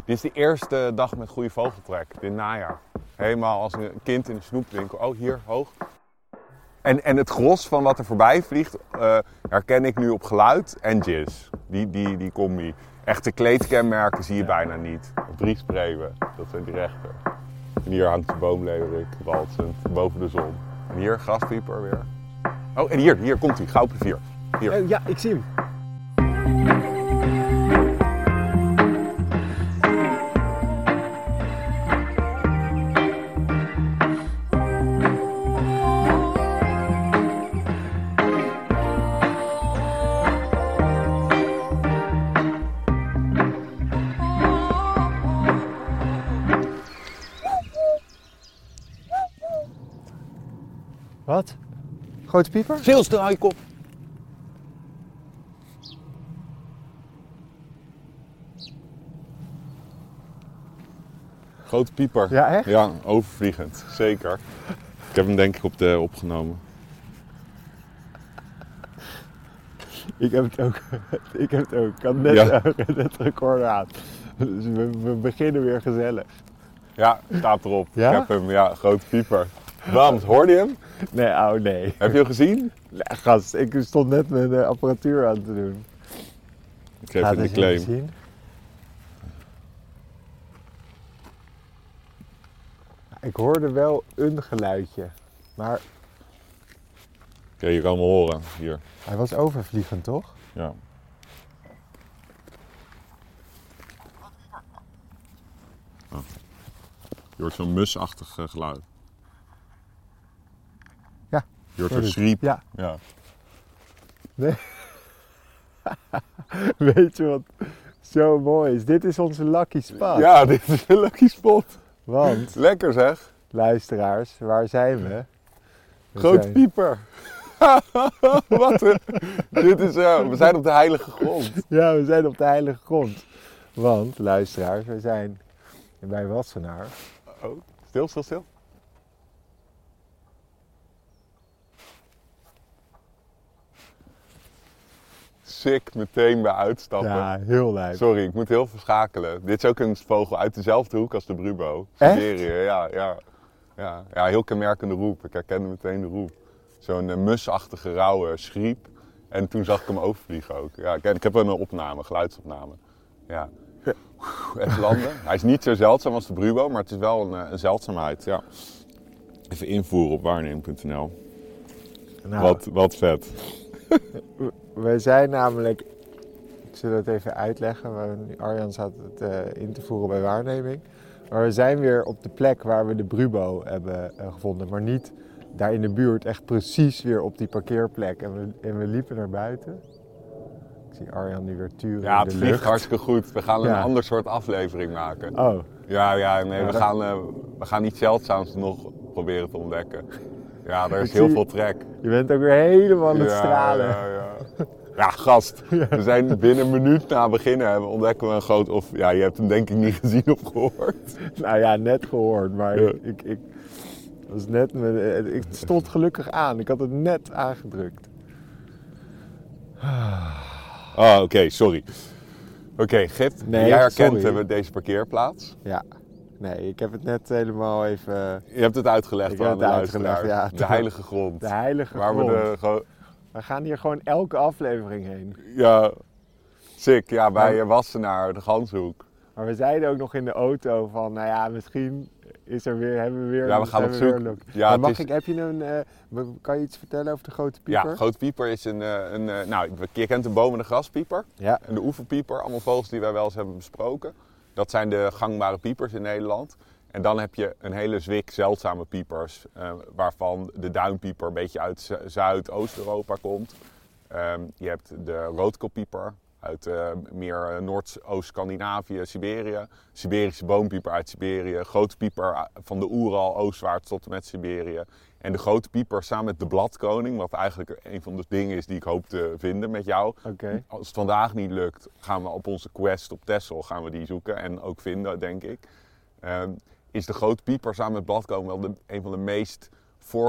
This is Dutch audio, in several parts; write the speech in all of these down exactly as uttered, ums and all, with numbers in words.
Dit is de eerste dag met goede vogeltrek, dit najaar. Helemaal als een kind in een snoepwinkel. Oh, hier, hoog. En, en het gros van wat er voorbij vliegt, uh, herken ik nu op geluid en jizz. Die, die, die combi. Echte kleedkenmerken zie je ja. bijna niet. Drie spreeuwen, dat zijn die rechter. En hier hangt de boomleeuwerik, walsend, boven de zon. En hier, graspieper weer. Oh, en hier, hier komt hij, goudplevier. Hier. Oh, ja, ik zie hem. Wat? Grote pieper? Veel straaikop. Grote pieper. Ja, echt? Ja, overvliegend. Zeker. Ik heb hem denk ik op de opgenomen. Ik heb het ook. Ik heb het ook. Ik had net ja. het record aan. Dus we, we beginnen weer gezellig. Ja, staat erop. Ja? Ik heb hem. Ja, grote pieper. Bams, hoorde je hem? Nee, oh nee. Heb je hem gezien? Nee, gast, ik stond net mijn uh, apparatuur aan te doen. Ik geef hem de claim. Zien. Ik hoorde wel een geluidje, maar... Oké, je kan hem horen, hier. Hij was overvliegend, toch? Ja. Oh. Je hoort zo'n musachtig uh, geluid. Ja. Je hoort zo'n schriep. Ja. ja. Nee. Weet je wat zo mooi is? Dit is onze lucky spot. Ja, dit is een lucky spot. Want... Lekker zeg. Luisteraars, waar zijn we? we Grote zijn... pieper. Wat een... Dit is, uh, we zijn op de heilige grond. Ja, we zijn op de heilige grond. Want, luisteraars, we zijn bij Wassenaar. Oh, stil, stil, stil. Sick, meteen bij uitstappen. Ja, heel lijp. Sorry, ik moet heel verschakelen. Dit is ook een vogel uit dezelfde hoek als de brubo. Echt? Siberië, ja, ja. Ja, ja, heel kenmerkende roep. Ik herkende meteen de roep. Zo'n uh, musachtige, rauwe schriep. En toen zag ik hem overvliegen ook. Ja, ik, ik heb een opname, geluidsopname. Ja. Even landen. Hij is niet zo zeldzaam als de brubo, maar het is wel een, een zeldzaamheid. Ja. Even invoeren op waarneming punt n l. Nou, wat, wat vet. We zijn namelijk, ik zal het even uitleggen, Arjan zat het uh, in te voeren bij waarneming. Maar we zijn weer op de plek waar we de brubo hebben uh, gevonden, maar niet daar in de buurt, echt precies weer op die parkeerplek. En we, en we liepen naar buiten. Ik zie Arjan nu weer turen ja, in de het lucht. vliegt hartstikke goed. We gaan een ja. ander soort aflevering maken. Oh. Ja, ja, nee, ja, we, dat... gaan, uh, we gaan iets zeldzaams nog proberen te ontdekken. Ja, er is Ik heel zie... veel trek. Je bent ook weer helemaal aan het ja, stralen. Ja, ja. Ja, gast. Ja. We zijn binnen een minuut na beginnen en ontdekken we een groot... Of ja, je hebt hem denk ik niet gezien of gehoord. Nou ja, net gehoord, maar ja. ik, ik, ik, was net met, ik stond gelukkig aan. Ik had het net aangedrukt. Ah, oké, okay, sorry. Oké, okay, Gip, nee, jij herkent sorry. deze parkeerplaats? Ja. Nee, ik heb het net helemaal even... Je hebt het uitgelegd ik aan heb de het uitgelegd, ja. De heilige grond. De heilige waar grond. We, de, we gaan hier gewoon elke aflevering heen. Ja, sick. Ja, bij ja. Wassenaar, de Ganshoek. Maar we zeiden ook nog in de auto van, nou ja, misschien is er weer, hebben we weer... Ja, we gaan op zoek. Ja, maar mag is... ik, heb je een, uh, kan je iets vertellen over de grote pieper? Ja, grote pieper is een, een, een nou, je kent de boom en de graspieper. Ja. En de oeverpieper, allemaal vogels die wij wel eens hebben besproken. Dat zijn de gangbare piepers in Nederland. En dan heb je een hele zwik zeldzame piepers, uh, waarvan de duimpieper een beetje uit Zuidoost-Europa komt. Um, je hebt de roodkoppieper uit uh, meer uh, Noordoost-Scandinavië, Siberië. Siberische boompieper uit Siberië. Grote pieper van de Oeral, oostwaarts tot en met Siberië. En de grote pieper samen met de bladkoning, wat eigenlijk een van de dingen is die ik hoop te vinden met jou. Okay. Als het vandaag niet lukt, gaan we op onze quest op Texel gaan we die zoeken en ook vinden, denk ik. Um, is de grote pieper samen met bladkoning wel de, een van de meest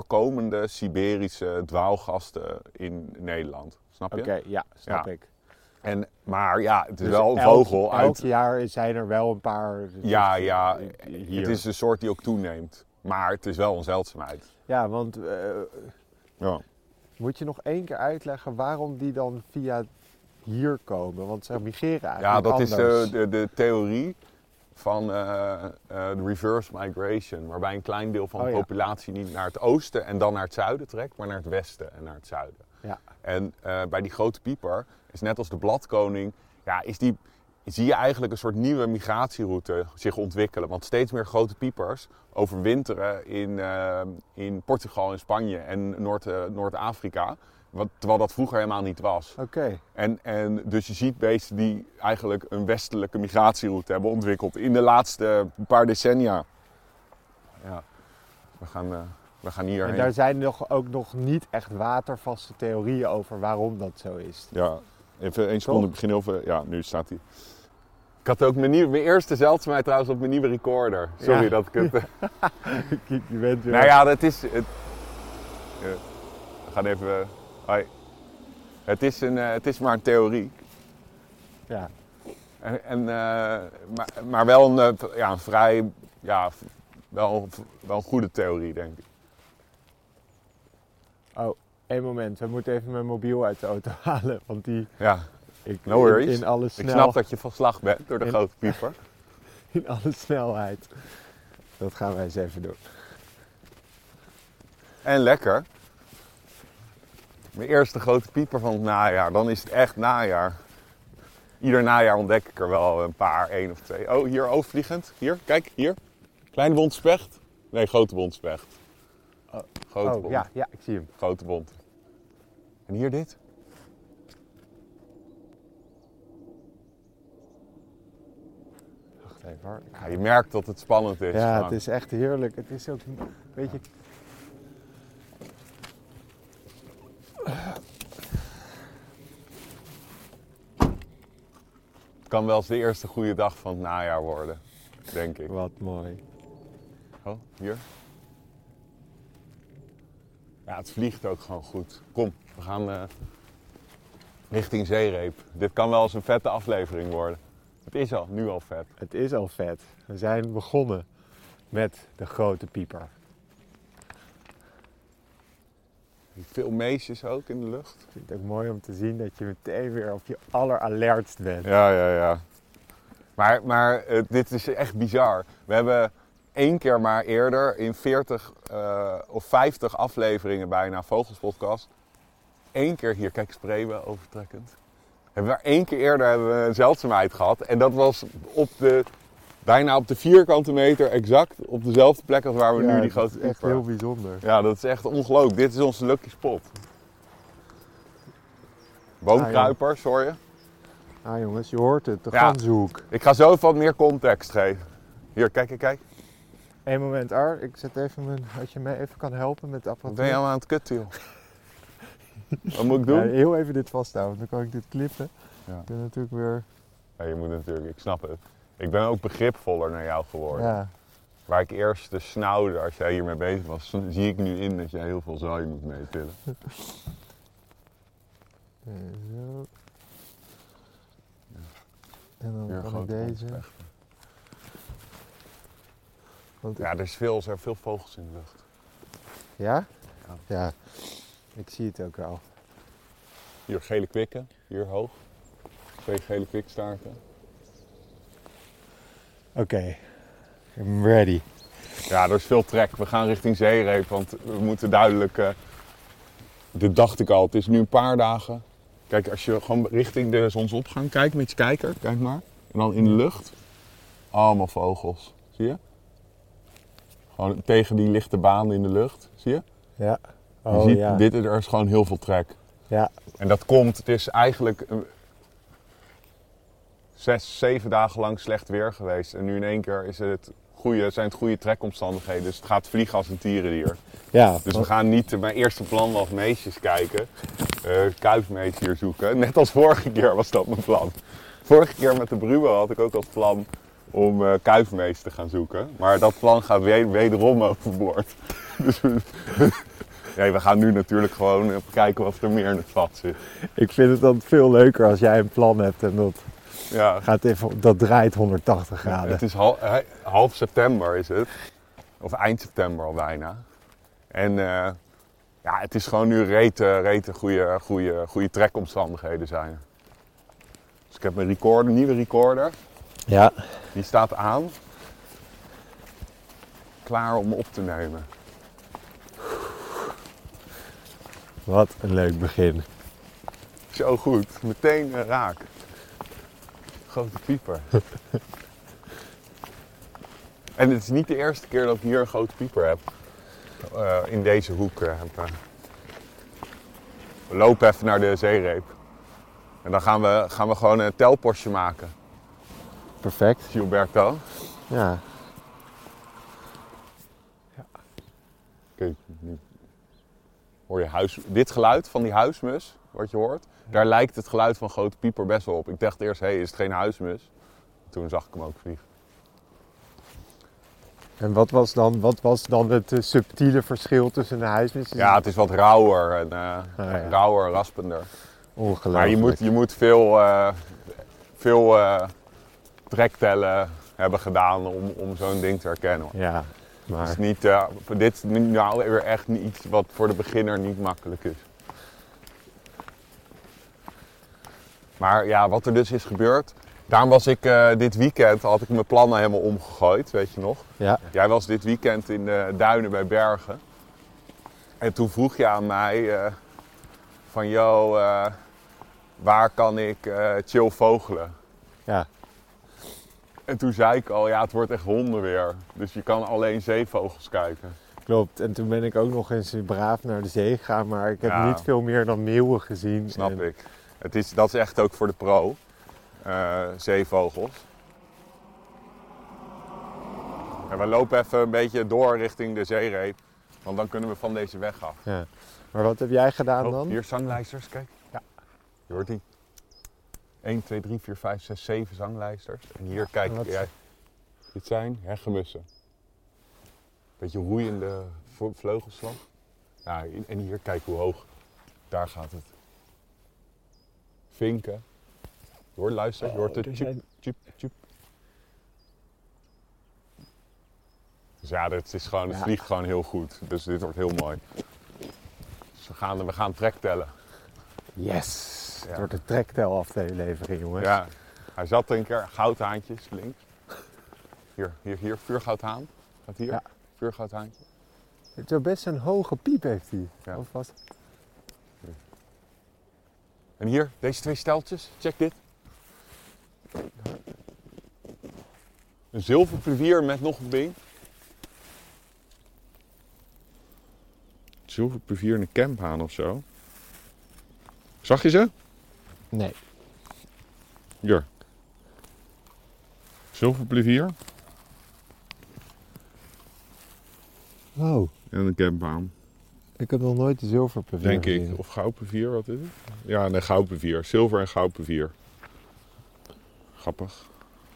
voorkomende Siberische dwaalgasten in Nederland. Snap je? Oké, okay, ja, snap ja. ik. En, maar ja, het is Dus wel een elk, vogel elk uit... jaar zijn er wel een paar. Ja, ja, hier. het is een soort die ook toeneemt. Maar het is wel een zeldzaamheid. Ja, want uh, Ja. moet je nog één keer uitleggen waarom die dan via hier komen? Want ze migreren eigenlijk Ja, dat anders. is de, de, de theorie van uh, uh, de reverse migration. Waarbij een klein deel van oh, de ja. populatie niet naar het oosten en dan naar het zuiden trekt, maar naar het westen en naar het zuiden. Ja. En uh, bij die grote pieper is net als de bladkoning, ja, is die, zie je eigenlijk een soort nieuwe migratieroute zich ontwikkelen. Want steeds meer grote piepers overwinteren in, uh, in Portugal en Spanje en Noord, uh, Noord-Afrika. Wat, terwijl dat vroeger helemaal niet was. Oké. Okay. En, en dus je ziet beesten die eigenlijk een westelijke migratieroute hebben ontwikkeld in de laatste paar decennia. Ja, we gaan, uh, we gaan hierheen. En daar zijn nog, ook nog niet echt watervaste theorieën over waarom dat zo is. Ja, even één seconde, ik begin heel veel. Ja, nu staat hij. Ik had ook mijn, nieuwe, mijn eerste zeldzaamheid trouwens op mijn nieuwe recorder. Sorry ja. dat ik het... je bent weer... Nou ja, dat is... Het, uh, we gaan even... Hoi. Het is, een, uh, het is maar een theorie. Ja. En, en, uh, maar, maar wel een, uh, ja, een vrij... Ja, wel, wel een goede theorie, denk ik. Oh, één moment. We moeten even mijn mobiel uit de auto halen. Want die... Ja, ik, no worries. In, in alle snel... Ik snap dat je van slag bent door de in, grote pieper. In alle snelheid. Dat gaan wij eens even doen. En lekker. Mijn eerste grote pieper van het najaar. Dan is het echt najaar. Ieder najaar ontdek ik er wel een paar, één of twee. Oh, hier overvliegend. Hier, kijk, hier. Kleine bondspecht. Nee, grote bondspecht. Oh, grote oh bond. ja, ja, ik zie hem. Grote bond. En hier dit. Wacht even hoor. Ja, je merkt dat het spannend is. Ja, gewoon. Het is echt heerlijk. Het is ook, weet je... Het kan wel eens de eerste goede dag van het najaar worden, denk ik. Wat mooi. Oh, hier. Ja, het vliegt ook gewoon goed. Kom, we gaan uh, richting zeereep. Dit kan wel eens een vette aflevering worden. Het is al, nu al vet. Het is al vet. We zijn begonnen met de grote pieper. Veel meesjes ook in de lucht. Ik vind het ook mooi om te zien dat je meteen weer op je alleralertst bent. Ja, ja, ja. Maar, maar uh, dit is echt bizar. We hebben één keer maar eerder in veertig uh, of vijftig afleveringen bijna Vogelspodcast. Eén keer hier, kijk, spreeuwen overtrekkend. Hebben we één keer eerder hebben we een zeldzaamheid gehad. En dat was op de, bijna op de vierkante meter exact op dezelfde plek als waar we ja, nu die grote pieper. Dat is echt heel bijzonder. Ja, dat is echt ongelooflijk. Dit is onze lucky spot. Boomkruipers, hoor je? Ah jongens, je hoort het, de ja, ganzenhoek. Ik ga zo wat meer context geven. Hier, kijk, kijk, kijk. Eén moment, Ar. Ik zet even mijn... Als je mij even kan helpen met de apparatuur. Wat ben je allemaal aan het kutten, joh? Wat moet ik doen? Ja, heel even dit vasthouden, dan kan ik dit klippen. Ja. Ik ben natuurlijk weer... Ja, je moet natuurlijk, ik snap het. Ik ben ook begripvoller naar jou geworden. Ja. Waar ik eerst de snauwde als jij hiermee bezig was, zie ik nu in dat jij heel veel zooi moet meetillen. Zo. En dan Hier kan ik deze. Want ja, er, is veel, er zijn veel vogels in de lucht. Ja? Ja. Ja. Ik zie het ook wel. Hier gele kwikken, hier hoog. Twee gele kwikstaarten. Oké, okay. I'm ready. Ja, er is veel trek. We gaan richting zeereep, want we moeten duidelijk... Uh, dit dacht ik al, het is nu een paar dagen. Kijk, als je gewoon richting de zonsopgang kijkt met je kijker, kijk maar. En dan in de lucht, allemaal vogels. Zie je? Gewoon tegen die lichte baan in de lucht, zie je? Ja. Je Oh, ziet, ja. dit, er is gewoon heel veel trek. Ja. En dat komt, het is eigenlijk uh, zes, zeven dagen lang slecht weer geweest. En nu in één keer is het goede, zijn het goede trekomstandigheden. Dus het gaat vliegen als een tierendier. Ja, dus want... we gaan niet, mijn eerste plan was meisjes kijken. Uh, kuifmees hier zoeken. Net als vorige keer was dat mijn plan. Vorige keer met de Brubo had ik ook als plan om uh, kuifmees te gaan zoeken. Maar dat plan gaat we- wederom overboord. Dus we, Nee, we gaan nu natuurlijk gewoon even kijken of er meer in het vat zit. Ik vind het dan veel leuker als jij een plan hebt en dat, Ja. gaat even, dat draait honderdtachtig graden. Het is hal, half september is het. Of eind september al bijna. En uh, ja, het is gewoon nu rete, rete goede, goede, goede trekomstandigheden zijn er. Dus ik heb mijn recorder, nieuwe recorder. Ja. Die staat aan. Klaar om op te nemen. Wat een leuk begin. Zo goed, meteen uh, raak. Grote pieper. En het is niet de eerste keer dat ik hier een grote pieper heb. Uh, in deze hoek. Uh, heb, uh. We lopen even naar de zeereep. En dan gaan we, gaan we gewoon een telpostje maken. Perfect. Gilberto. Ja. Kijk, nu hoor je huis, dit geluid van die huismus, wat je hoort. Daar lijkt het geluid van grote pieper best wel op. Ik dacht eerst, hé, hey, is het geen huismus? Toen zag ik hem ook vliegen. En wat was dan, wat was dan het uh, subtiele verschil tussen de huismus? Ja, het is wat rauwer en uh, oh, ja. rauwer, raspender. Ongelooflijk. Maar je moet, je moet veel, uh, veel uh, trektellen hebben gedaan om, om zo'n ding te herkennen. Hoor. Ja, maar... Het is niet, uh, dit is nou weer echt niet iets wat voor de beginner niet makkelijk is. Maar ja, wat er dus is gebeurd. Daarom was ik uh, dit weekend, had ik mijn plannen helemaal omgegooid, weet je nog? Ja. Jij was dit weekend in de duinen bij Bergen. En toen vroeg je aan mij uh, van, joh, uh, waar kan ik uh, chill vogelen? Ja. En toen zei ik al, ja, het wordt echt hondenweer. Dus je kan alleen zeevogels kijken. Klopt. En toen ben ik ook nog eens braaf naar de zee gegaan, maar ik heb Ja. niet veel meer dan meeuwen gezien. Snap en... ik. Het is, dat is echt ook voor de pro. Uh, zeevogels. En we lopen even een beetje door richting de zeereep. Want dan kunnen we van deze weg af. Ja. Maar wat heb jij gedaan Oh, dan? hier zanglijsters, kijk. Ja. Je hoort die. één, twee, drie, vier, vijf, zes, zeven zanglijsters. En hier, ja, kijk wat... jij. Dit zijn hegemussen. Beetje roeiende vleugelslag. Ja, en hier, kijk hoe hoog. Daar gaat het. Vinken. Je hoort, luister, je hoort de oh, tjup, zijn... tjup, tjup. Dus ja, het, is gewoon, het ja. vliegt gewoon heel goed. Dus dit wordt heel mooi. Dus we gaan, we gaan trek tellen. Yes! Ja. Het wordt een trektelaflevering, jongens. Ja, hij zat er een keer. Goudhaantjes links. Hier, hier, hier. Vuurgoudhaan. Gaat hier. Ja. Vuurgoudhaantje. Het is best een hoge piep heeft hij. Ja. Of wat? En hier, deze twee steltjes. Check dit. Een zilverplevier met nog een been. Zilverplevier en een kemphaan of zo. Zag je ze? Nee. Hier. Zilverplevier. Wow. En een kemphaan. Ik heb nog nooit de zilverplevier Denk gezien. ik. Of goudplevier, wat is het? Ja, een goudplevier. Zilver en goudplevier. Grappig.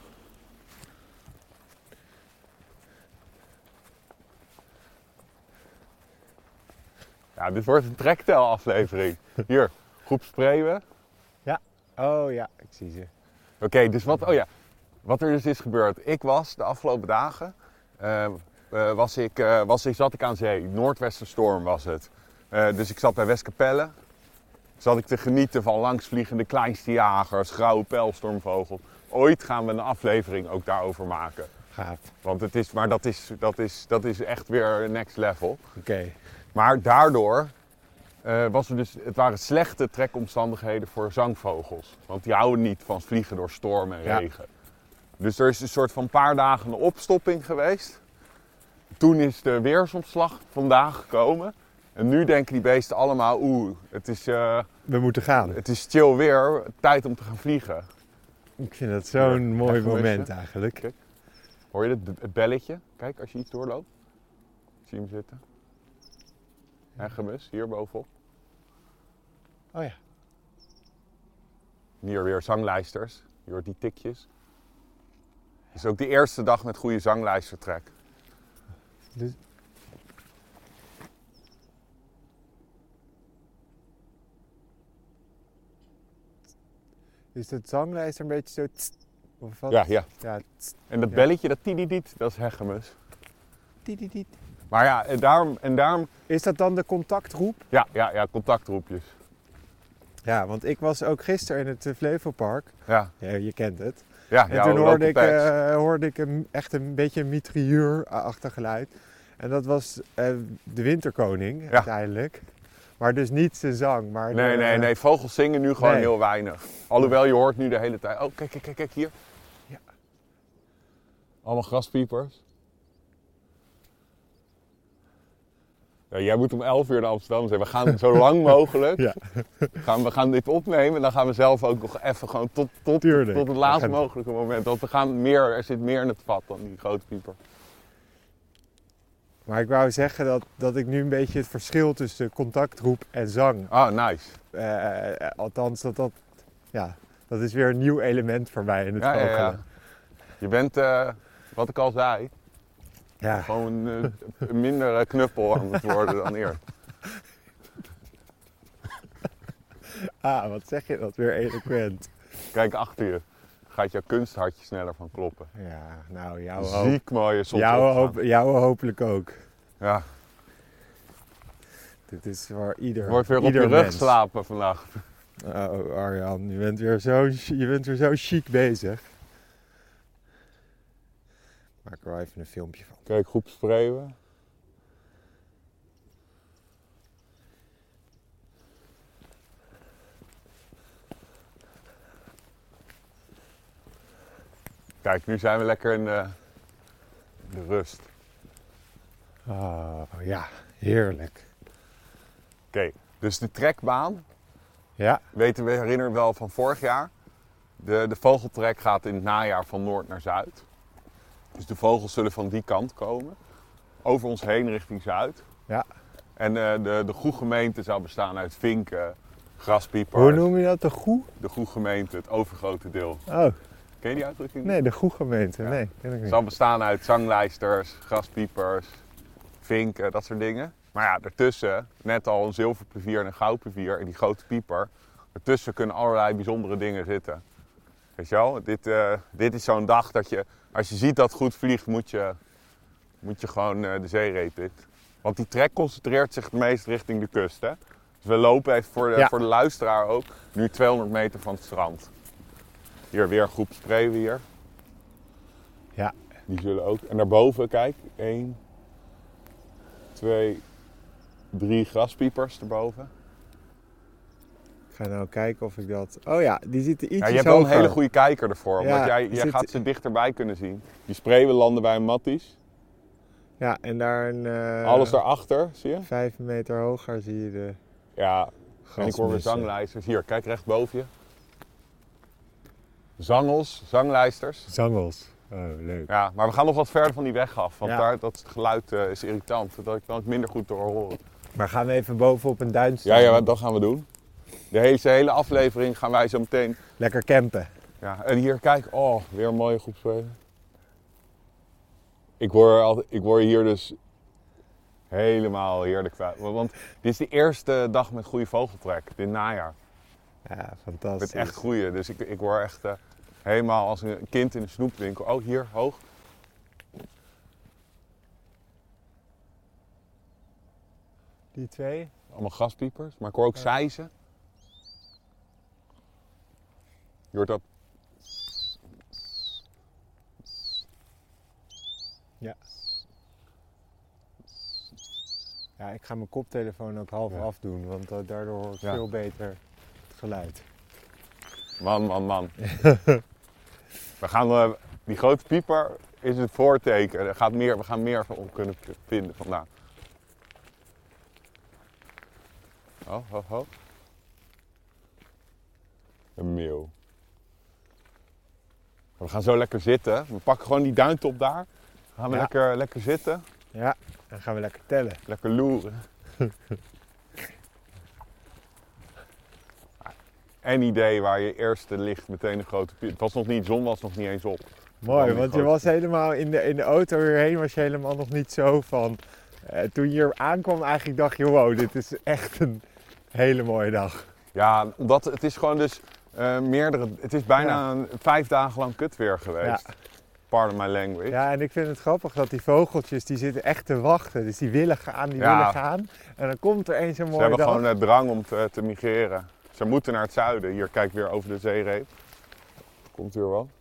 Ja, dit wordt een trektel aflevering. Hier, groep spreeuwen. Ja. Oh ja, ik zie ze. Oké, okay, dus wat, oh ja, wat er dus is gebeurd. Ik was de afgelopen dagen, uh, uh, was ik, uh, was, zat ik aan zee. Noordwestenstorm was het. Uh, dus ik zat bij Westkapelle. Zat ik te genieten van langsvliegende kleinste jagers, grauwe pijlstormvogels. Ooit gaan we een aflevering ook daarover maken. Gaaf. Want het is, maar dat is, dat is, dat is echt weer next level. Oké. Okay. Maar daardoor uh, was er dus, het waren slechte trekomstandigheden voor zangvogels. Want die houden niet van vliegen door storm en ja. regen. Dus er is een soort van paar dagen een opstopping geweest. Toen is de weersomslag vandaag gekomen. En nu denken die beesten allemaal, oeh, het is, uh, we moeten gaan. Het is chill weer, tijd om te gaan vliegen. Ik vind dat zo'n ja, mooi moment eigenlijk. Kijk. Hoor je het, het belletje? Kijk, als je iets doorloopt. Zie je hem zitten. Hegemus, hier bovenop. Oh ja. Hier weer zanglijsters. Je hoort die tikjes. Het is ook de eerste dag met goede zanglijstertrek. Dus... Is het zanglijster een beetje zo... Tst, of wat? Ja, ja. Ja, tst, En dat Ja. belletje, dat tididiet, dat is hegemus. tietietiet. Maar ja, en daarom, en daarom Is dat dan de contactroep? ja, ja, ja, contactroepjes. Ja, want ik was ook gisteren in het eh, Flevopark. Ja, Ja, je kent het. ja, En ja toen hoorde ik, pads. eh, hoorde ik een, echt een beetje een mitrailleur-achtig geluid. En dat was eh, de Winterkoning Ja. uiteindelijk. Maar dus niet zijn zang. Maar Nee, de- nee, nee, vogels zingen nu gewoon Nee. heel weinig. Alhoewel je hoort nu de hele tijd, oh kijk, kijk, kijk, kijk hier. Ja. Allemaal graspiepers. Ja, jij moet om elf uur naar Amsterdam zijn. We gaan zo lang mogelijk. Ja. Gaan, we gaan dit opnemen en dan gaan we zelf ook nog even gewoon tot, tot, Tuurlijk. tot het laatste We gaan- mogelijke moment. Want we gaan meer, er zit meer in het vat dan die grote pieper. Maar ik wou zeggen dat, dat ik nu een beetje het verschil tussen contactroep en zang... Ah, nice. eh, eh, althans, dat dat... Ja, dat is weer een nieuw element voor mij in het Ja, ja, vogelen. ja. Je bent, eh, wat ik al zei, Ja. gewoon eh, minder eh, knuppel aan het worden dan eerst. Ah, wat zeg je dat weer eloquent. Kijk achter je. Gaat jouw kunsthartje sneller van kloppen. Ja, nou, jouw hoop, Ziek mooie soms jouw, opgaan. hoop, jouw hopelijk ook. Ja, Dit is voor ieder je wordt weer op ieder je rug mens. slapen vandaag. Oh, Arjan, je bent weer zo, je bent weer zo chic bezig. Maak er wel even een filmpje van. Kijk, groep spreeuwen. Kijk, nu zijn we lekker in de, de rust. Oh, ja, heerlijk. Oké, dus de trekbaan, Ja, weten we, herinneren we wel van vorig jaar. De, de vogeltrek gaat in het najaar van noord naar zuid. Dus de vogels zullen van die kant komen. Over ons heen richting zuid. ja. En uh, de, de goegemeente zou bestaan uit vinken, graspiepers. Hoe noem je dat? De goe? De goegemeente, het overgrote deel. Oh, Ken je die uitdrukking? nee, de goegemeente. Ja. Nee, ken ik Het niet. zal bestaan uit zanglijsters, graspiepers, vinken, dat soort dingen. Maar ja, daartussen, net al een zilverplevier en een goudplevier en die grote pieper. Daartussen kunnen allerlei bijzondere dingen zitten. Weet je wel, dit, uh, dit is zo'n dag dat je, als je ziet dat het goed vliegt, moet je, moet je gewoon uh, de zeereep in. Want die trek concentreert zich het meest richting de kust. Hè? Dus we lopen even voor de, Ja. voor de luisteraar ook, nu tweehonderd meter van het strand. Hier weer een groep spreeuwen hier. Ja. Die zullen ook. En daarboven, kijk, één, twee, drie graspiepers erboven. Ik ga nou kijken of ik dat... Oh ja, die zitten ietsjes Ja, je hebt wel een hoger. hele goede kijker ervoor, Ja, want jij, jij zit- gaat ze dichterbij kunnen zien. Die spreeuwen landen bij een matties. Ja, en daar een... eh, Alles daarachter, zie je? Vijf meter hoger zie je de Ja, en ik hoor weer grasmissen. zanglijsters. Hier, kijk recht boven je. Zangels, zanglijsters. Zangels. Oh, leuk. Ja, maar we gaan nog wat verder van die weg af, want Ja. daar, dat geluid eh, is irritant. Dat kan ik minder goed door horen. Maar gaan we even bovenop een duin staan? Ja, ja, dat gaan we doen. De hele, de hele aflevering gaan wij zo meteen. Lekker campen. Ja, en hier, kijk, oh, weer een mooie groep spelen. Ik word, altijd, ik word hier dus helemaal heerlijk kwijt. Want dit is de eerste dag met goede vogeltrek, dit najaar. Ja, Het fantastisch. is echt goeie, dus ik, ik word echt uh, helemaal als een kind in een snoepwinkel. Oh, hier, hoog. Die twee? Allemaal gaspiepers, maar ik hoor ook zeizen. Je hoort dat. Ja. Ja, ik ga mijn koptelefoon ook half Ja. afdoen, want uh, daardoor hoor ik Ja. veel beter het geluid. Man, man, man. We gaan, uh, die grote pieper is het voorteken. Er gaat meer, we gaan meer van op kunnen vinden vandaag. Oh, ho, ho. Een meeuw. We gaan zo lekker zitten. We pakken gewoon die duintop daar. Gaan we Ja. lekker, lekker zitten. Ja, dan gaan we lekker tellen. Lekker loeren. En idee waar je eerste ligt meteen een grote pieper. Het was nog niet, de zon was nog niet eens op. Mooi, die want je grote was helemaal in de, in de auto hierheen was je helemaal nog niet zo van... eh, toen je hier aankwam eigenlijk dacht je, wow, dit is echt een hele mooie dag. Ja, omdat het is gewoon dus... Uh, meerdere, het is bijna Ja. een, vijf dagen lang kutweer geweest. Ja. Pardon my language. Ja, en ik vind het grappig dat die vogeltjes, die zitten echt te wachten. Dus die willen gaan, die Ja. willen gaan. En dan komt er een zo'n Ze mooie hebben dag. gewoon de drang om te, te migreren. Ze moeten naar het zuiden. Hier, kijk weer over de zeereep. Komt hier wel.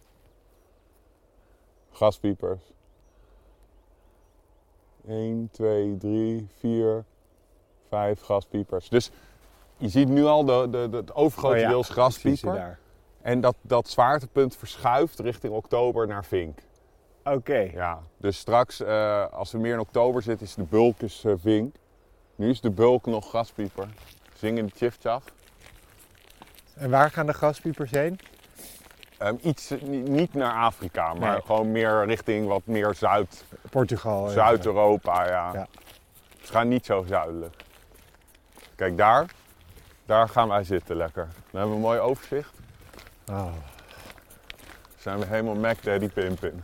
Gaspiepers. één, twee, drie, vier, vijf gaspiepers. Dus je ziet nu al de, de, de, het overgrote Oh ja, deel is zie ze graspieper. daar. En dat, dat zwaartepunt verschuift richting oktober naar vink. Oké. Ja, dus straks, eh, als we meer in oktober zitten, is de bulk is, eh, vink. Nu is de bulk nog gaspieper. Zingen de tjiftjaf. En waar gaan de gaspiepers heen? Um, iets, eh, ni- niet naar Afrika, maar Nee. gewoon meer richting wat meer Zuid, Portugal. even. Zuid-Europa. Ja. Ja. Ze gaan niet zo zuidelijk. Kijk, daar, daar gaan wij zitten lekker. Dan hebben we een mooi overzicht. Oh. Dan zijn we helemaal Mac Daddy Pimpin.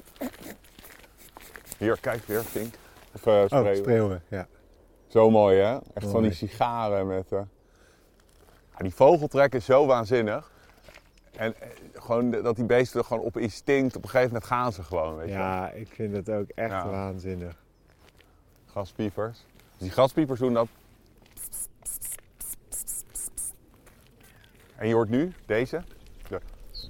Hier, kijk weer, vink. Of uh, Oh, spreeuwen. spreeuwen, ja. Zo mooi, hè? Echt van Mooi. die sigaren met... eh, Ja, die vogeltrek is zo waanzinnig. En eh, gewoon de- dat die beesten er gewoon op instinct, op een gegeven moment gaan ze gewoon, weet je wel. Ja, ik vind het ook echt Ja. waanzinnig. Gaspiepers. Dus die gaspiepers doen dat. En je hoort nu deze. De...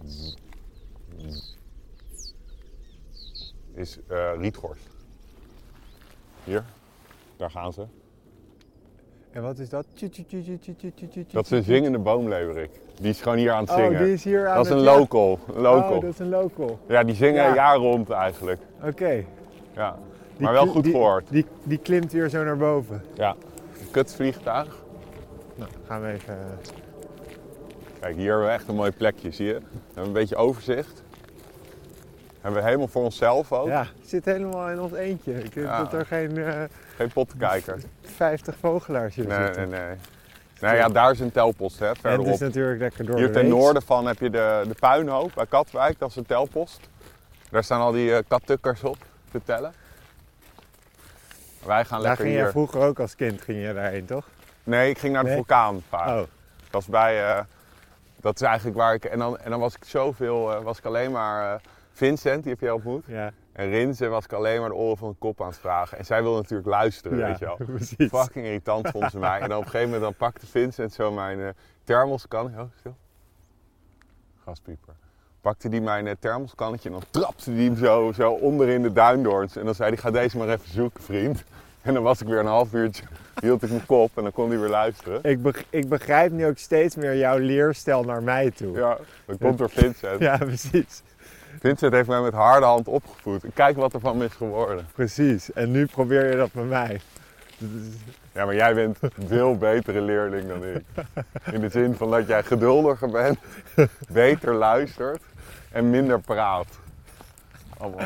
Is eh rietgors. Hier, daar gaan ze. En wat is dat? Tju, tju, tju, tju, tju, tju, tju, tju, Dat is een tju. zingende boomleeuwerik. Die is gewoon hier aan het Oh, zingen. die is hier aan dat is het... een ja. local. Een local. Oh, dat is een local. Ja, die zingen Ja. een jaar rond eigenlijk. Oké. Ja. Die Maar wel kl- goed die- gehoord. Die, die klimt weer zo naar boven. Ja. Een kutvliegtuig. Nou, gaan we even... Kijk, hier hebben we echt een mooi plekje, zie je? We hebben een beetje overzicht. Hebben we helemaal voor onszelf ook. Ja, het zit helemaal in ons eentje. Ik denk Ja. dat er geen eh Geen pottenkijker. vijftig vogelaars hier Nee, zitten. nee, nee. Nou ja, daar is een telpost, hè, En het verderop. is natuurlijk lekker door Hier de ten week. noorden van heb je de, de puinhoop bij Katwijk, dat is een telpost. Daar staan al die uh, kattukkers op te tellen. Wij gaan Daar lekker ging jij hier. vroeger ook als kind ging je daarheen, toch? Nee, ik ging naar de Nee? vulkaan vaak. Oh, Dat is bij, eh, dat is eigenlijk waar ik, en dan, en dan was ik zoveel, uh, was ik alleen maar, uh, Vincent, die heb je ontmoet. ja. En Rinze was ik alleen maar de oren van de kop aan het vragen. En zij wilde natuurlijk luisteren, ja, weet je wel. precies. Fucking irritant vonden ze mij. En dan op een gegeven moment dan pakte Vincent zo mijn uh, thermoskan. Oh, stil. Gaspieper. Pakte die mijn uh, thermoskannetje en dan trapte die hem zo, zo onder in de duindoorns. En dan zei hij, ga deze maar even zoeken, vriend. En dan was ik weer een half uurtje, hield ik mijn kop en dan kon hij weer luisteren. Ik, beg- ik begrijp nu ook steeds meer jouw leerstijl naar mij toe. Ja, dat komt door Vincent. Ja, precies. Vincent heeft mij met harde hand opgevoed. En kijk wat er van me is geworden. Precies. En nu probeer je dat met mij. Dat is- Ja, maar jij bent een veel betere leerling dan ik. In de zin van dat jij geduldiger bent, beter luistert en minder praat. Allemaal.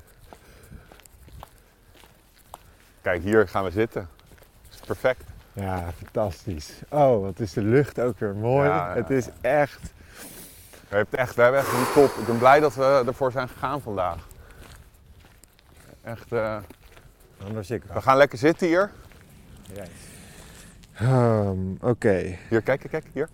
Kijk, hier gaan we zitten. Dat is perfect. Ja, fantastisch. Oh, wat is de lucht ook weer mooi. Ja, ja, Het is echt... We hebben echt, we hebben echt een top. Ik ben blij dat we ervoor zijn gegaan vandaag. Echt, eh, Anders ik we gaan lekker zitten hier. Um, Oké. Hier, kijk, kijk, kijk, hier.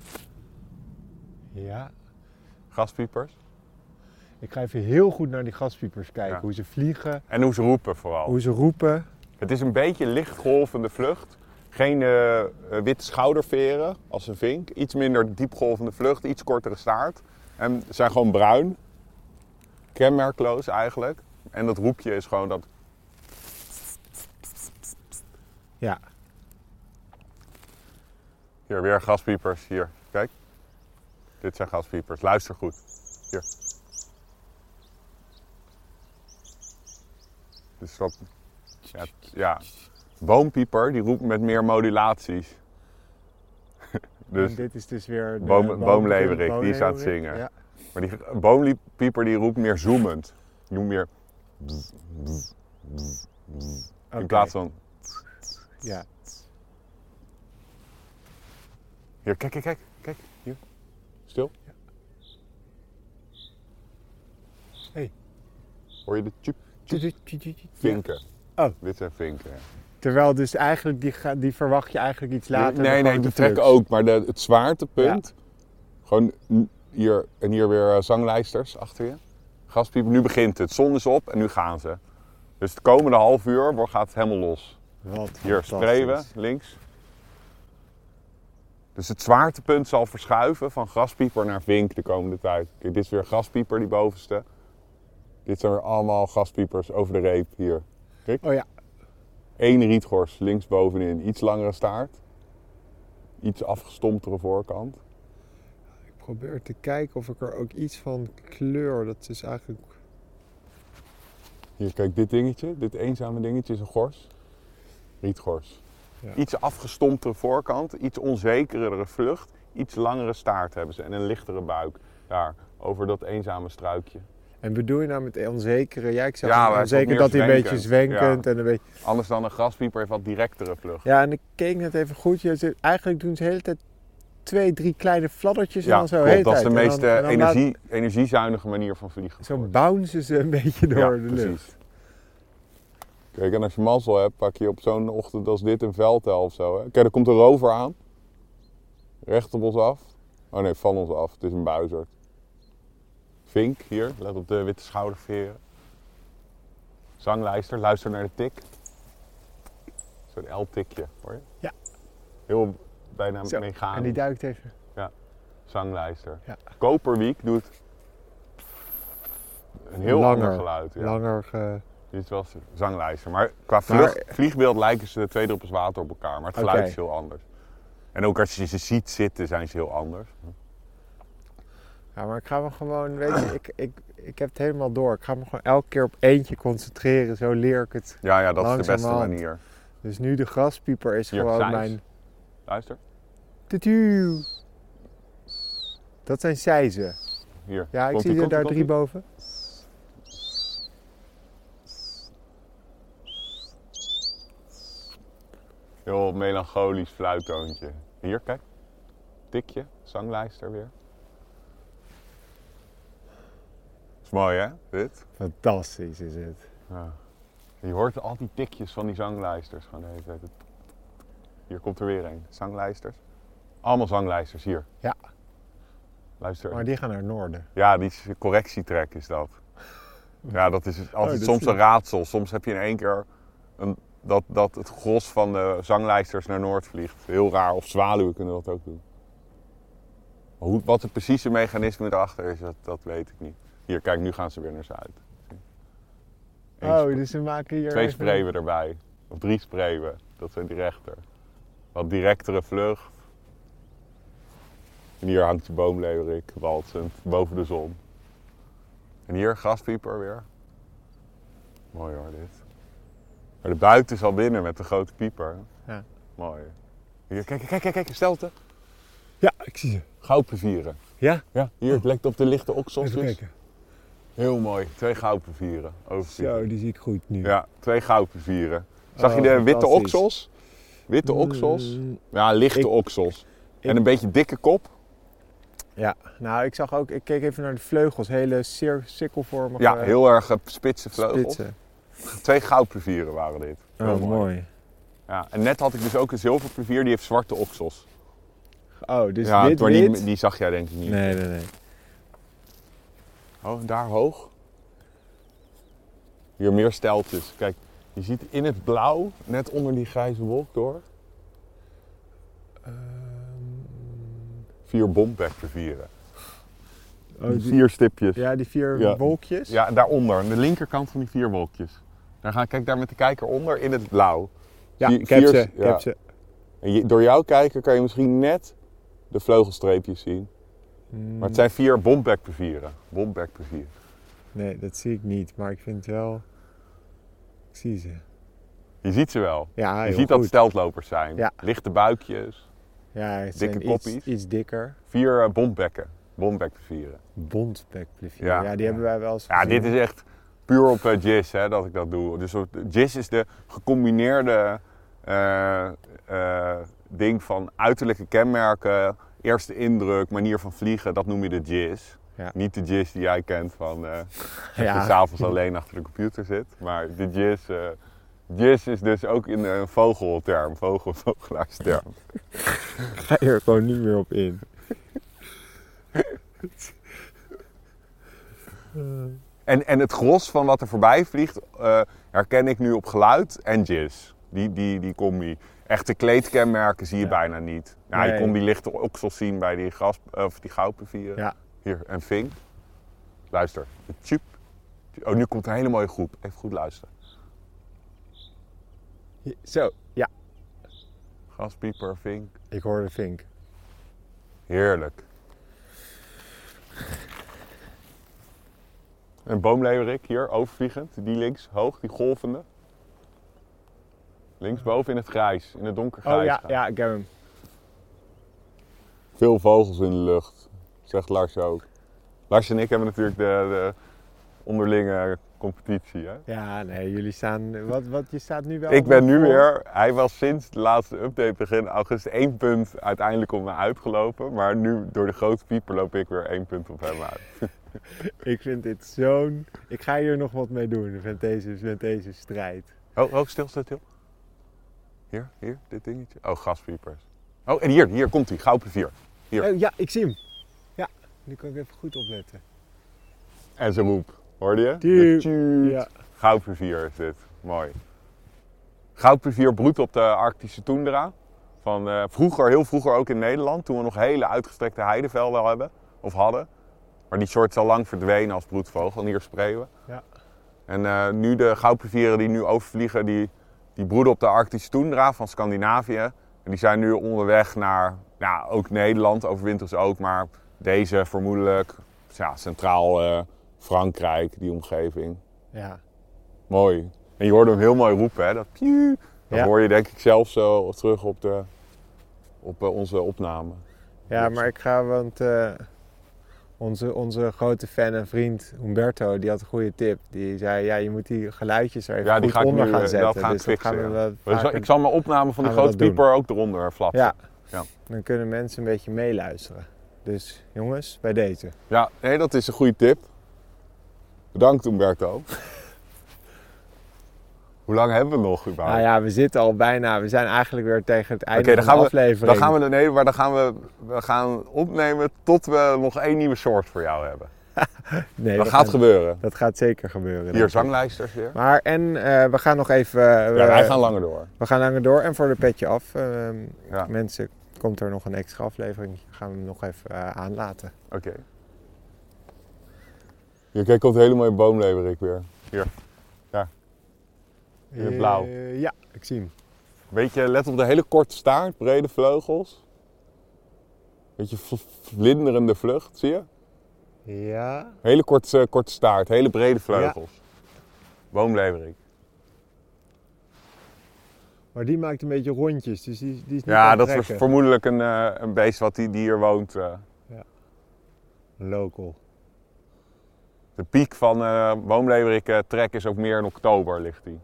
Ja. Gaspiepers. Ik ga even heel goed naar die gaspiepers kijken. Ja. Hoe ze vliegen, En hoe ze roepen vooral. hoe ze roepen. Het is een beetje lichtgolvende vlucht. Geen uh, witte schouderveren als een vink. Iets minder diepgolvende vlucht, iets kortere staart. En ze zijn gewoon bruin. Kenmerkloos eigenlijk. En dat roepje is gewoon dat... Ja. Hier, weer gaspiepers. Hier, kijk. Dit zijn gaspiepers. Luister goed. Hier. Dus dat... Ja, ja. Boompieper, die roept met meer modulaties. Dus, En dit is dus weer de boom- boom- boomleeuwerik, die is aan het boomleeuwerik. zingen. Ja. maar die boompieper die roept meer zoemend. Die roept meer... bzz, bzz, bzz, bzz. In Oké. plaats van... Ja. Hier, kijk, kijk, kijk. Kijk, hier. Stil. Hey. Hoor je de tjup? Ja. Vinken. Oh. Dit zijn vinken, ja. Terwijl dus eigenlijk, die, ga- die verwacht je eigenlijk iets later. Nee, nee, gewoon die de trekken flux. ook. Maar de, het zwaartepunt Gewoon n- hier en hier weer uh, zanglijsters achter je. Graspieper, nu begint het. Zon is op en nu gaan ze. Dus het komende half uur wordt- gaat het helemaal los. Wat Hier, fantastisch. spreeuwen, links. Dus het zwaartepunt zal verschuiven van graspieper naar vink de komende tijd. Kijk, dit is weer graspieper, die bovenste. Dit zijn weer allemaal graspiepers over de reep hier. Kijk. Oh ja. Eén rietgors links bovenin, iets langere staart. Iets afgestomptere voorkant. Ik probeer te kijken of ik er ook iets van kleur. Dat is eigenlijk... Hier, kijk, dit dingetje, dit eenzame dingetje is een gors. Rietgors. Ja. Iets afgestomptere voorkant, iets onzekerere vlucht, iets langere staart hebben ze en een lichtere buik. Daar, over dat eenzame struikje. En bedoel je nou met onzekere? Ja, ik zeg Ja, maar hij is wat onzeker meer dat hij een beetje zwenkend. zwenkend Ja. en een beetje... Anders dan een graspieper heeft wat directere vlucht. Ja, en ik keek net even goed. Je zit- Eigenlijk doen ze de hele tijd twee, drie kleine fladdertjes en Ja, dan zo. de klopt. hele Dat is de tijd. En meest dan- eh, en dan laat- energie, energiezuinige manier van vliegen. Zo bouncen ze een beetje door Ja, de precies. lucht. Kijk, en als je mazzel hebt, pak je op zo'n ochtend als dit een veldtel of zo. Hè. Kijk, er komt een rover aan. Recht op ons af. Oh nee, van ons af. Het is een buizerd. Vink, hier. Let op de witte schouderveren. Zanglijster, luister naar de tik. Zo'n L-tikje, hoor je? Ja. Heel bijna Zo, mechanisch. en die duikt even. Zanglijster. Ja. Koperwiek doet een heel Langer. ander geluid. Ja. Langer ge... Dit is wel zanglijster. Maar qua vlucht, Maar- vliegbeeld lijken ze de twee druppels water op elkaar. Maar het geluid Oké. is heel anders. En ook als je ze ziet zitten, zijn ze heel anders. Ja, maar ik ga me gewoon, weet je, ik, ik, ik heb het helemaal door. Ik ga me gewoon elke keer op eentje concentreren. Zo leer ik het. Ja, ja, dat is de beste Langzamerhand. manier. Dus nu de graspieper is Hier, gewoon Sijs. mijn... Luister. Tutu. Dat zijn sijzen. Hier. Ja, ik Komt-ie, zie er komt-ie, daar drie komt-ie? boven. Heel melancholisch fluittoontje. Hier, kijk. Tikje, zanglijster weer. Is mooi, hè, dit? Fantastisch is het. Ja. Je hoort al die tikjes van die zanglijsters. Gewoon de hele tijd. Hier komt er weer een. Zanglijsters. Allemaal zanglijsters, hier. Ja. Luister. Maar die gaan naar het noorden. Ja, die is- correctietrek is dat. Ja, dat is altijd dat soms is- een raadsel. Soms heb je in één keer een, dat, dat het gros van de zanglijsters naar noord vliegt. Heel raar. Of zwaluwen kunnen dat ook doen. Maar hoe, wat het precieze mechanisme erachter is, dat, dat weet ik niet. Hier, kijk, nu gaan ze weer naar zuid. Eén Oh, sp- dus ze maken hier Twee even- spreeuwen erbij. Of drie spreeuwen. Dat zijn die rechter. Wat directere vlucht. En hier hangt de boomleeuwerik walsend boven de zon. En hier graspieper weer. Mooi hoor dit. Maar de buiten is al binnen met de grote pieper. Ja. Mooi. Hier, kijk, kijk, kijk, kijk, stelte. Ja, ik zie ze. Goudplevieren. Ja? Ja, hier, het lekt op de lichte Even okselsjes. kijken. Heel mooi. Twee goudplevieren. Zo, die zie ik goed nu. Ja, twee goudplevieren. Zag Oh, je de witte fantastisch. oksels? Witte oksels. Mm, Ja, lichte Ik- oksels. ik- En een beetje dikke kop. Ja, nou ik zag ook, ik keek even naar de vleugels, hele cir sikkelvormige Ja, heel erg eh, spitse vleugels. spitsen. Twee goudplevieren waren dit. Heel Oh, mooi. Ja, en net had ik dus ook een zilverplevier, die heeft zwarte oksels. Oh, dus ja, dit maar wit? die, die zag jij denk ik niet. Nee, nee, nee. Oh, daar hoog. Hier meer steltjes. Kijk, je ziet in het blauw, net onder die grijze wolk door, Ehm, vier bombekplevieren. oh, Die die- vier stipjes. ja, die vier Ja. wolkjes. Ja, daaronder, aan de linkerkant van die vier wolkjes. Daar ga, kijk daar met de kijker onder in het blauw. Ja, Vier- ik heb vier- ze. Ik ja. heb ze. En je- door jouw kijker kan je misschien net de vleugelstreepjes zien. Mm, Maar het zijn vier bombekplevieren. Bombekplevieren. Nee, dat zie ik niet, maar ik vind wel... Ik zie ze. Je ziet ze wel. Ja, je heel ziet dat het goed. steltlopers zijn. Ja. Lichte buikjes. Ja, het dikke zijn iets, koppies. iets dikker. Vier uh, bombbekken. Bombekplevieren. Bontbekplevier. Ja. Ja, die hebben wij wel eens Ja, gezien. dit is echt puur op uh, jizz hè, dat ik dat doe. Dus op- jizz is de gecombineerde eh, eh, ding van uiterlijke kenmerken, eerste indruk, manier van vliegen. Dat noem je de jizz. Ja. Niet de jizz die jij kent van eh dat Ja. je s'avonds alleen achter de computer zit. Maar de jizz, eh jizz is dus ook in een vogelterm, vogel, vogelaarsterm. Ik ga hier gewoon niet meer op in. En, en het gros van wat er voorbij vliegt, uh, herken ik nu op geluid en jizz. Die, die, die combi. Echte kleedkenmerken zie je ja. bijna niet. Nou, nee. Je kon die lichte oksels zien bij die, gras, of die goudpavieren. Ja. Hier, en vink. Luister. Tjup. Oh, nu komt een hele mooie groep. Even goed luisteren. Zo, ja. Graspieper, vink. Ik hoorde vink. Heerlijk. Een boomleeuwerik hier, overvliegend. Die links, hoog, die golvende. Linksboven in het grijs, in het donkergrijs. Oh ja, ja, ik heb hem. Veel vogels in de lucht, zegt Lars ook. Lars en ik hebben natuurlijk de, de onderlinge competitie. Hè? Ja, nee, jullie staan... Wat, wat, je staat nu wel... Ik ben nu weer... Hij was sinds de laatste update begin augustus één punt uiteindelijk op me uitgelopen. Maar nu door de grote pieper loop ik weer één punt op hem uit. Ik vind dit zo'n... Ik ga hier nog wat mee doen met deze, met deze strijd. Oh, oh, stil, stil, stil. Hier, hier, dit dingetje. Oh, gaspiepers. Oh, en hier, hier komt hij, goudplevier. Hier. Oh, ja, ik zie hem. Ja, nu kan ik even goed opletten. En zijn roep, hoorde je? Die... Ja. Goudplevier is dit, mooi. Goudplevier broedt op de Arctische toendra. Van uh, vroeger, heel vroeger ook in Nederland, toen we nog hele uitgestrekte heidevelden hebben, of hadden. Maar die soort is al lang verdwenen als broedvogel, en hier spreeuwen. Ja. En uh, nu de goudplevieren die nu overvliegen, die, die broeden op de Arctische toendra van Scandinavië. En die zijn nu onderweg naar, ja, ook Nederland, overwinters ook, maar deze vermoedelijk, ja, centraal uh, Frankrijk, die omgeving. Ja. Mooi. En je hoorde hem heel mooi roepen, hè, dat piu. Dat ja. hoor je denk ik zelf zo terug op, de, op uh, onze opname. Ja, maar ik ga, want uh, onze, onze grote fan en vriend Humberto, die had een goede tip. Die zei, ja, je moet die geluidjes er even ja, goed die ga onder ik nu, gaan zetten. Dat gaan dus fixen, gaan we ja. vaker, ik zal mijn opname van de grote pieper ook eronder flapsen. Ja. ja, dan kunnen mensen een beetje meeluisteren. Dus jongens, bij deze. Ja, nee, dat is een goede tip. Bedankt Humberto. Hoe lang hebben we nog überhaupt? Nou ja, we zitten al bijna, we zijn eigenlijk weer tegen het einde okay, van de aflevering. We, dan gaan we, nee, maar dan gaan we, we gaan opnemen tot we nog één nieuwe soort voor jou hebben. nee, dat gaat gaan, gebeuren. Dat gaat zeker gebeuren. Hier, zanglijsters weer. Maar en uh, we gaan nog even... Uh, ja, wij gaan langer door. We gaan langer door en voor de petje af. Uh, ja. Mensen, komt er nog een extra aflevering. Gaan we hem nog even uh, aanlaten. Oké. Okay. Hier, kijk, komt een hele mooie boomleeuwerik weer. Hier. Ja. In het blauw. Uh, ja, ik zie hem. Beetje, let op de hele korte staart, brede vleugels. Beetje vlinderende vlucht, zie je? Ja. Hele korte, korte staart, hele brede vleugels. Ja. Boomleeuwerik. Maar die maakt een beetje rondjes, dus die, die is niet ja, dat is vermoedelijk een, uh, een beest wat die, die hier woont. Uh. Ja. Een local. De piek van uh, boomleeuwerik uh, trek is ook meer in oktober, ligt die.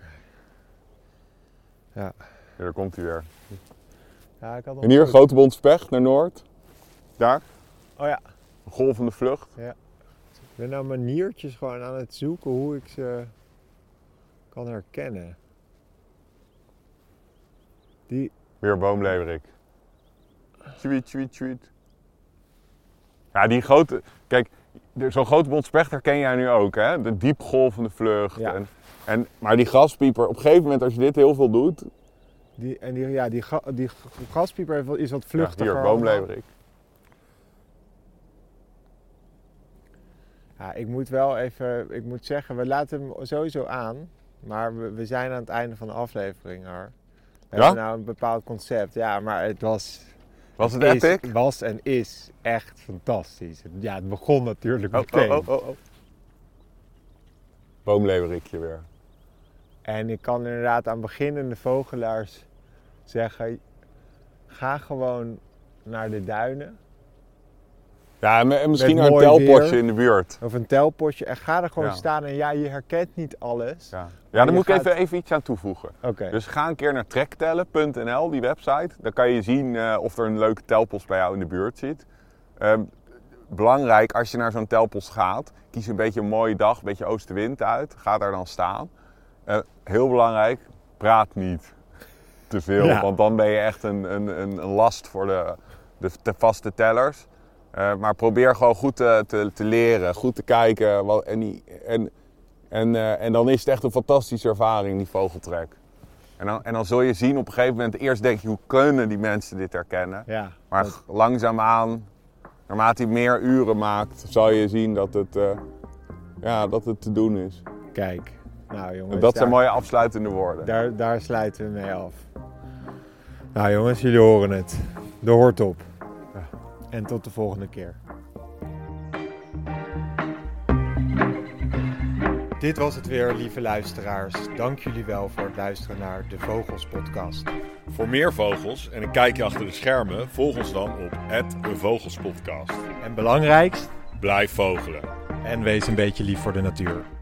Ja. Ja, daar komt hij weer. Ja, ik had en hier, grote bont specht naar noord. Daar. Oh ja. Een golvende vlucht. Ja. Ik ben nou maniertjes gewoon aan het zoeken hoe ik ze kan herkennen. Die... Weer boomleeuwerik. Tweet, tweet, tweet. Ja, die grote... Kijk, zo'n grote bont specht herken jij nu ook, hè? De diepgolvende vlucht. Ja. En, en, maar die graspieper, op een gegeven moment als je dit heel veel doet... Die, en die, ja, die, ga, die graspieper is wat vluchtiger. Ja, hier, boomleeuwerik. Ja, ik moet wel even... Ik moet zeggen, we laten hem sowieso aan. Maar we, we zijn aan het einde van de aflevering, hoor. We ja? hebben nou een bepaald concept. Ja, maar het was... Was het, het epic? Het was en is echt fantastisch. Ja, het begon natuurlijk oh, meteen. Oh, oh, oh, oh. Boomleeuwerikje weer. En ik kan inderdaad aan beginnende vogelaars zeggen... Ga gewoon naar de duinen. Ja, en misschien naar een telpotje weer, in de buurt. Of een telpotje. En ga er gewoon ja. staan. En ja, je herkent niet alles. Ja, ja daar moet gaat... ik even, even iets aan toevoegen. Okay. Dus ga een keer naar trektellen punt n l, die website. Dan kan je zien uh, of er een leuke telpos bij jou in de buurt zit. Um, belangrijk, als je naar zo'n telpos gaat, kies een beetje een mooie dag, een beetje oostenwind uit. Ga daar dan staan. Uh, heel belangrijk, praat niet te veel. Ja. Want dan ben je echt een, een, een last voor de, de, de vaste tellers. Uh, maar probeer gewoon goed te, te, te leren, goed te kijken. Wat, en, die, en, en, uh, en dan is het echt een fantastische ervaring, die vogeltrek. En dan, en dan zul je zien op een gegeven moment, eerst denk je, hoe kunnen die mensen dit herkennen? Ja, maar dat... langzaamaan, naarmate je meer uren maakt, zal je zien dat het, uh, ja, dat het te doen is. Kijk, nou jongens. En dat daar, zijn mooie afsluitende woorden. Daar, daar sluiten we mee af. Nou jongens, jullie horen het. De hoort op. Ja. En tot de volgende keer. Dit was het weer, lieve luisteraars. Dank jullie wel voor het luisteren naar de Vogels podcast. Voor meer vogels en een kijkje achter de schermen, volg ons dan op at vogelspodcast. En belangrijkst, blijf vogelen. En wees een beetje lief voor de natuur.